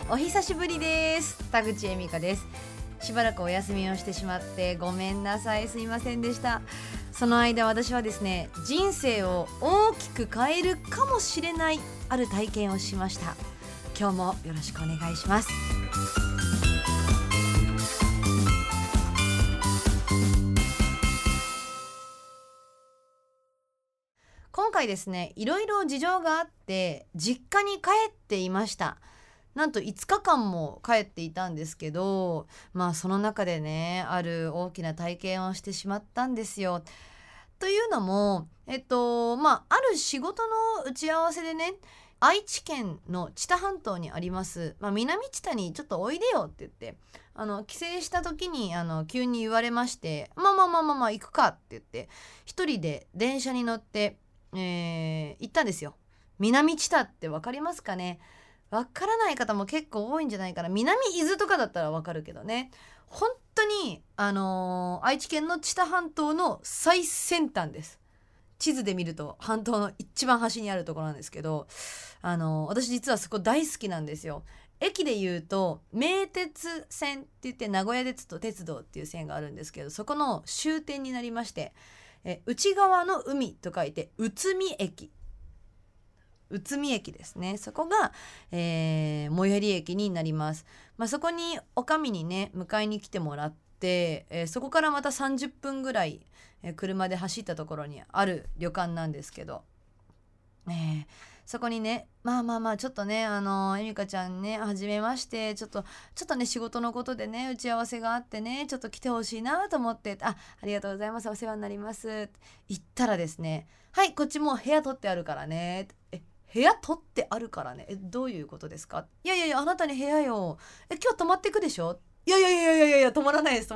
お久しぶりです。田口恵美香です。しばらくお休みをしてしまってごめんなさい、すいませんでした。その間私はですね、人生を大きく変えるかもしれないある体験をしました。今日もよろしくお願いします。今回ですね、いろいろ事情があって実家に帰っていました。なんと5日間も帰っていたんですけど、その中でね、ある大きな体験をしてしまったんですよ。というのも、ある仕事の打ち合わせでね、愛知県の知多半島にあります、南知多にちょっとおいでよって言って、帰省した時に急に言われまして、行くかって言って、一人で電車に乗って、行ったんですよ。南知多って分かりますかね。分からない方も結構多いんじゃないかな。南伊豆とかだったら分かるけどね、本当に愛知県の知多半島の最先端です。地図で見ると半島の一番端にあるところなんですけど、私実はそこ大好きなんですよ。駅で言うと名鉄線って言って名古屋鉄道っていう線があるんですけど、そこの終点になりまして、内側の海と書いて内海駅ですね。そこが、最寄り駅になります。そこにおかみにね迎えに来てもらって、そこからまた30分ぐらい、車で走ったところにある旅館なんですけど、そこにねちょっとねえみかちゃんね、はじめまして、ちょっとね仕事のことでね打ち合わせがあってね、ちょっと来てほしいなと思って、ありがとうございます、お世話になります言ったらですね、はい、こっちもう部屋取ってあるからね。部屋取ってあるからね、どういうことですか。いやあなたに部屋よ。今日泊まってくでしょ。いや泊まらないです。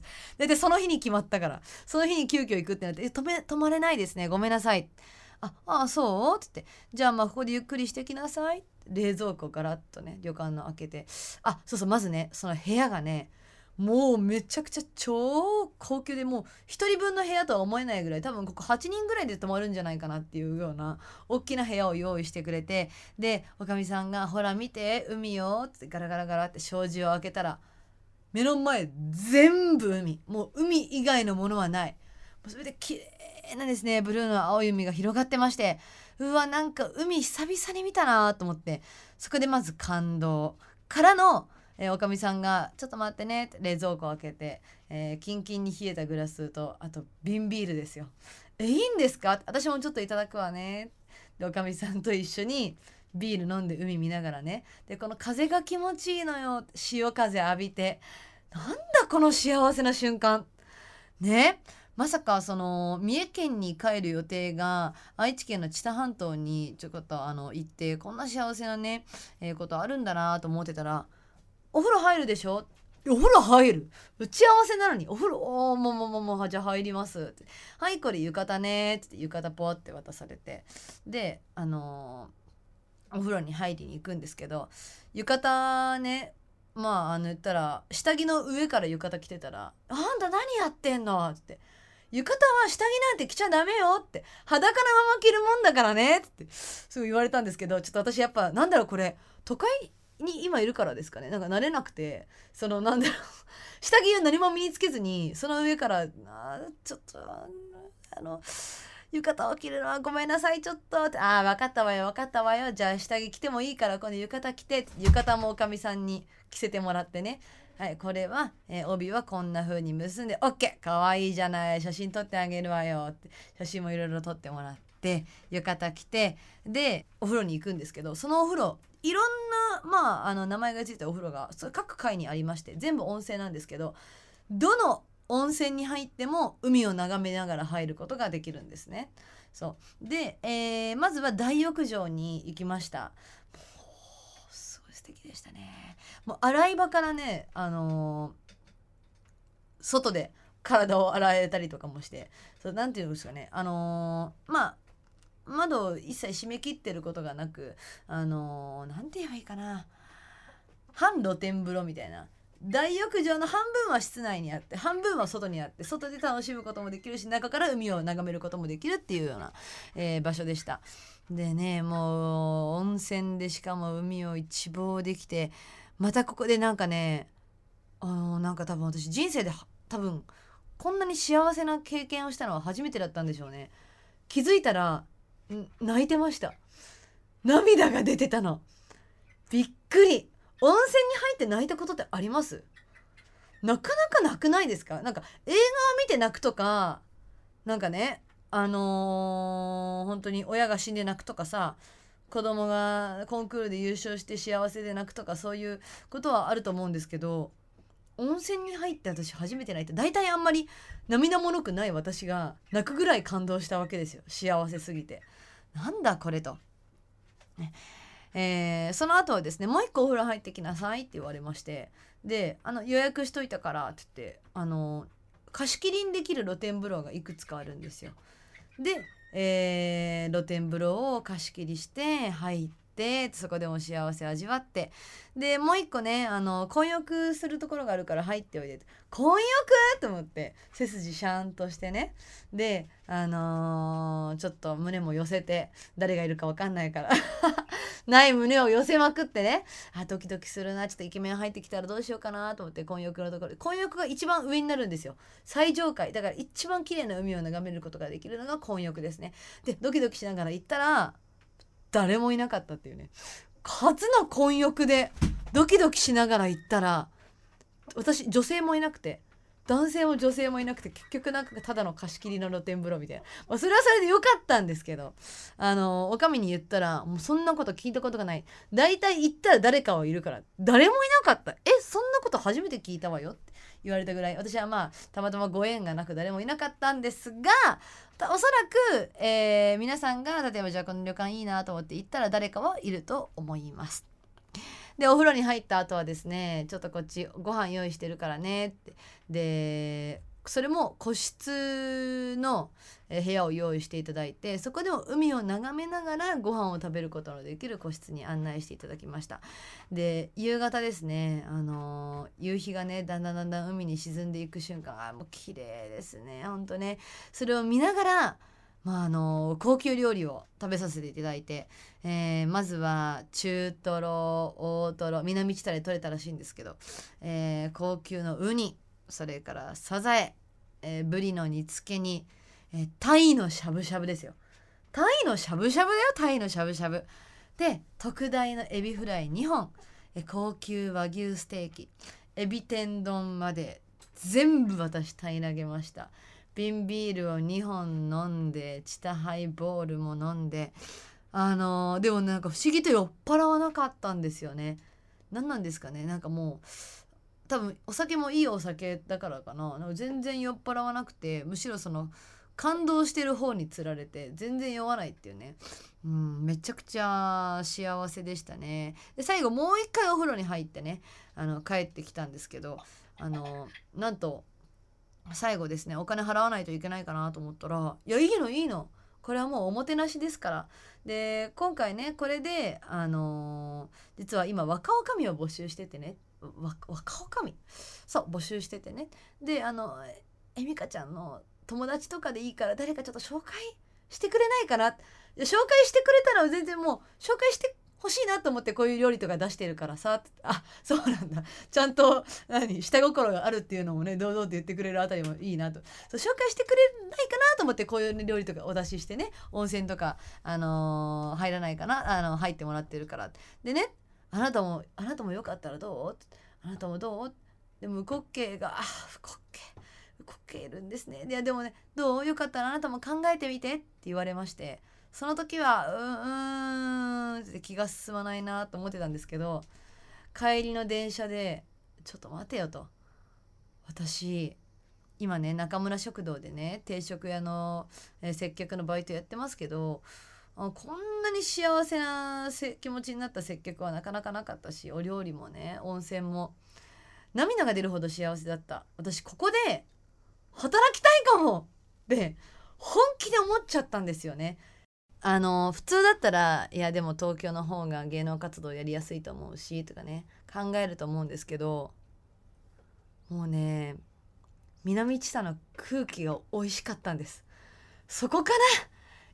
でその日に決まったから、その日に急遽行くってなって、泊まれないですね、ごめんなさい。そうって言って、じゃあここでゆっくりしてきなさい。冷蔵庫ガラッとね旅館の開けて、そうまずね、その部屋がね、もうめちゃくちゃ超高級で、もう一人分の部屋とは思えないぐらい、多分ここ8人ぐらいで泊まるんじゃないかなっていうような大きな部屋を用意してくれて、でおかみさんがほら見て海よってガラガラガラって障子を開けたら、目の前全部海、もう海以外のものはない。それで綺麗なですねブルーの青い海が広がってまして、うわなんか海久々に見たなと思って、そこでまず感動からの、おかみさんがちょっと待ってねって冷蔵庫を開けて、キンキンに冷えたグラスと、あと瓶ビールですよ。いいんですか、私もちょっといただくわね。でおかみさんと一緒にビール飲んで海見ながらね、でこの風が気持ちいいのよ、潮風浴びて、なんだこの幸せな瞬間ね。まさかその三重県に帰る予定が愛知県の知多半島にちょこっと行って、こんな幸せなね、ことあるんだなと思ってたら、お風呂入るでしょ。お風呂入る、打ち合わせなのにお風呂、もうじゃあ入りますって、はいこれ浴衣ねって浴衣ポって渡されて、でお風呂に入りに行くんですけど、浴衣ね、言ったら下着の上から浴衣着てたら、あんた何やってんのって、浴衣は下着なんて着ちゃダメよって、裸のまま着るもんだからねってすぐ言われたんですけど、ちょっと私やっぱこれ都会に今いるからですかね、慣れなくて、下着を何も身につけずにその上からちょっと浴衣を着るのはごめんなさいちょっとって、分かったわよ、じゃあ下着着てもいいから今度浴衣着て、浴衣もおかみさんに着せてもらってね、はいこれは、帯はこんな風に結んで OK かわいいじゃない、写真撮ってあげるわよって、写真もいろいろ撮ってもらって、浴衣着て、でお風呂に行くんですけど、そのお風呂いろんな名前がついたお風呂が各階にありまして、全部温泉なんですけど、どの温泉に入っても海を眺めながら入ることができるんですね。そうで、まずは大浴場に行きました。すごい素敵でしたね。もう洗い場からね、外で体を洗えたりとかもして、なんていうんですかね、窓を一切閉め切ってることがなく、なんて言えばいいかな、半露天風呂みたいな、大浴場の半分は室内にあって半分は外にあって、外で楽しむこともできるし、中から海を眺めることもできるっていうような、場所でした。 でね、もう温泉でしかも海を一望できて、またここでなんかね、なんか多分私人生で多分こんなに幸せな経験をしたのは初めてだったんでしょうね。気づいたら泣いてました。涙が出てたの。びっくり。温泉に入って泣いたことってあります？なかなかなくないですか？なんか映画を見て泣くとか、なんかね、本当に親が死んで泣くとかさ、子供がコンクールで優勝して幸せで泣くとか、そういうことはあると思うんですけど、温泉に入って私初めて泣いて、大体あんまり涙もろくない私が泣くぐらい感動したわけですよ。幸せすぎて。なんだこれと。ね、その後はですね、もう一個お風呂入ってきなさいって言われまして、で予約しといたからって言って、貸し切りにできる露天風呂がいくつかあるんですよ。で、露天風呂を貸し切りして入って、そこでも幸せ味わって、でもう一個ね、混浴するところがあるから入っておいで、混浴と思って背筋シャンとしてね、でちょっと胸も寄せて、誰がいるか分かんないからない胸を寄せまくってね、ドキドキするな、ちょっとイケメン入ってきたらどうしようかなと思って、混浴のところで、混浴が一番上になるんですよ。最上階だから、一番綺麗な海を眺めることができるのが混浴ですね。でドキドキしながら行ったら誰もいなかったっていうね。初の混浴でドキドキしながら行ったら、私女性もいなくて、男性も女性もいなくて、結局なんかただの貸し切りの露天風呂みたいな、それはそれでよかったんですけど、おかみに言ったら、もうそんなこと聞いたことがない、大体行ったら誰かはいるから、誰もいなかった、そんなこと初めて聞いたわよって言われたぐらい、私はたまたまご縁がなく誰もいなかったんですが、おそらく、皆さんが例えばじゃあこの旅館いいなと思って行ったら誰かはいると思います。でお風呂に入った後はですね、ちょっとこっちご飯用意してるからねって、でそれも個室の部屋を用意していただいて、そこでも海を眺めながらご飯を食べることのできる個室に案内していただきました。で夕方ですね、夕日がねだんだん海に沈んでいく瞬間、もう綺麗ですね、ほんとね。それを見ながら高級料理を食べさせていただいて、まずは中トロ、大トロ、南知多で取れたらしいんですけど、高級のウニ、それからサザエ、ブリの煮付けに、タイのしゃぶしゃぶですよ。タイのしゃぶしゃぶだよ、タイのしゃぶしゃぶで、特大のエビフライ2本、高級和牛ステーキ、エビ天丼まで全部私平らげました。瓶ビールを2本飲んで、チタハイボールも飲んで、でもなんか不思議と酔っ払わなかったんですよね。何なんですかね、なんかもう多分お酒もいいお酒だからかな、なんか全然酔っ払わなくて、むしろその感動してる方につられて全然酔わないっていうね、めちゃくちゃ幸せでしたね。で最後もう一回お風呂に入ってね、帰ってきたんですけど、なんと最後ですね、お金払わないといけないかなと思ったら、いやいいのこれはもうおもてなしですから。で今回ねこれで実は今若女将を募集しててね、若女将そう募集しててね、でえみかちゃんの友達とかでいいから誰かちょっと紹介してくれないかな、紹介してくれたら全然もう紹介して欲しいなと思ってこういう料理とか出してるからさ、そうなんだ、ちゃんと下心があるっていうのもね、堂々と言ってくれるあたりもいいなと、そう紹介してくれないかなと思ってこういう、料理とかお出ししてね、温泉とか入らないかな、入ってもらってるからでね、あなたもよかったらどう、あなたもどう、でもウコッケがウコッケいるんですね、いやでもね、どうよかったらあなたも考えてみてって言われまして、その時はって気が進まないなと思ってたんですけど、帰りの電車でちょっと待てよと、私今ね中村食堂でね定食屋の、接客のバイトやってますけど、こんなに幸せな気持ちになった接客はなかなかなかったし、お料理もね温泉も涙が出るほど幸せだった。私ここで働きたいかもって本気で思っちゃったんですよね。普通だったらいやでも東京の方が芸能活動やりやすいと思うしとかね考えると思うんですけど、もうね南知多の空気が美味しかったんです。そこかな、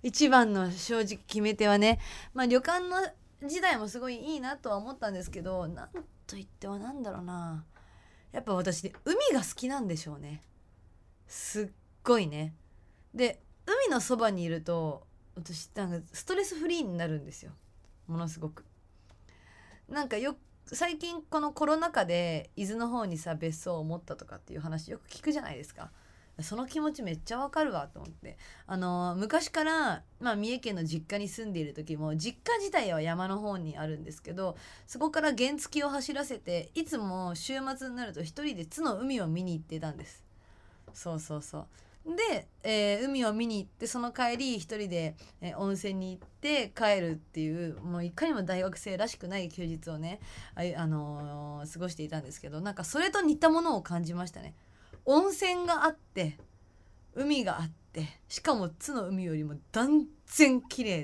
一番の正直決め手はね、旅館の時代もすごいいいなとは思ったんですけど、なんといってはなんだろうな、やっぱ私ね、海が好きなんでしょうね。すっごいね。で海のそばにいると私なんかストレスフリーになるんですよ、ものすごく。なんか最近このコロナ禍で伊豆の方にさ別荘を持ったとかっていう話よく聞くじゃないですか。その気持ちめっちゃわかるわと思って、昔から、三重県の実家に住んでいる時も実家自体は山の方にあるんですけど、そこから原付を走らせていつも週末になると一人で津の海を見に行ってたんです。そうそうそうで、海を見に行って、その帰り一人で、温泉に行って帰るっていう、もういかにも大学生らしくない休日をね、過ごしていたんですけど、なんかそれと似たものを感じましたね。温泉があって海があって、しかも津の海よりも断然綺麗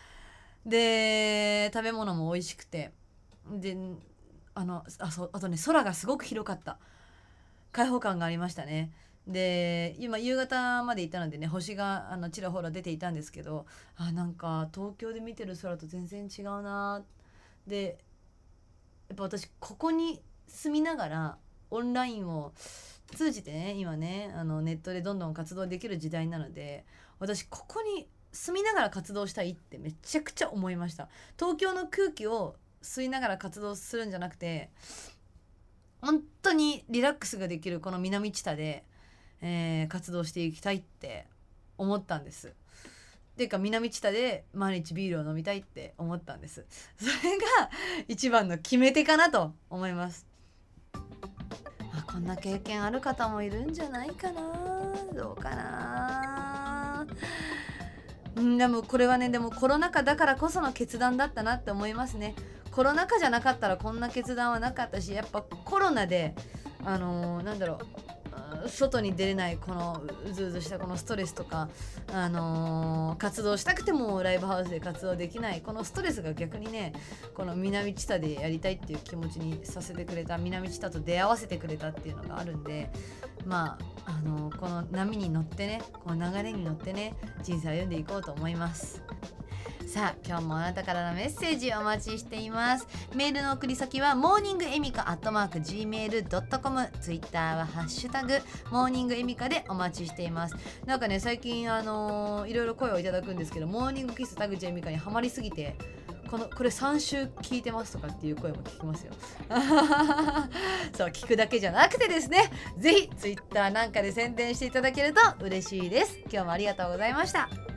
で食べ物も美味しくて、であとね、空がすごく広かった。開放感がありましたね。で今夕方までいたのでね、星がちらほら出ていたんですけど、なんか東京で見てる空と全然違うな。でやっぱ私ここに住みながらオンラインを通じてね、今ねネットでどんどん活動できる時代なので、私ここに住みながら活動したいってめちゃくちゃ思いました。東京の空気を吸いながら活動するんじゃなくて、本当にリラックスができるこの南知多で、活動していきたいって思ったんです。っていうか南知多で毎日ビールを飲みたいって思ったんです。それが一番の決め手かなと思います。こんな経験ある方もいるんじゃないかな。どうかな。でもこれはね、でもコロナ禍だからこその決断だったなって思いますね。コロナ禍じゃなかったらこんな決断はなかったし、やっぱコロナでなんだろう、外に出れないこのうずうずしたこのストレスとか、活動したくてもライブハウスで活動できないこのストレスが逆にね、この南知多でやりたいっていう気持ちにさせてくれた、南知多と出会わせてくれたっていうのがあるんで、この波に乗ってね、この流れに乗ってね、人生を歩んでいこうと思います。さあ今日もあなたからのメッセージお待ちしています。メールの送り先はmorningemika@gmail.com、 ツイッターはハッシュタグモーニングエミカでお待ちしています。なんかね、最近いろいろ声をいただくんですけど、モーニングキス田口エミカにハマりすぎてこれ3週聞いてますとかっていう声も聞きますよ。そう聞くだけじゃなくてですね、ぜひツイッターなんかで宣伝していただけると嬉しいです。今日もありがとうございました。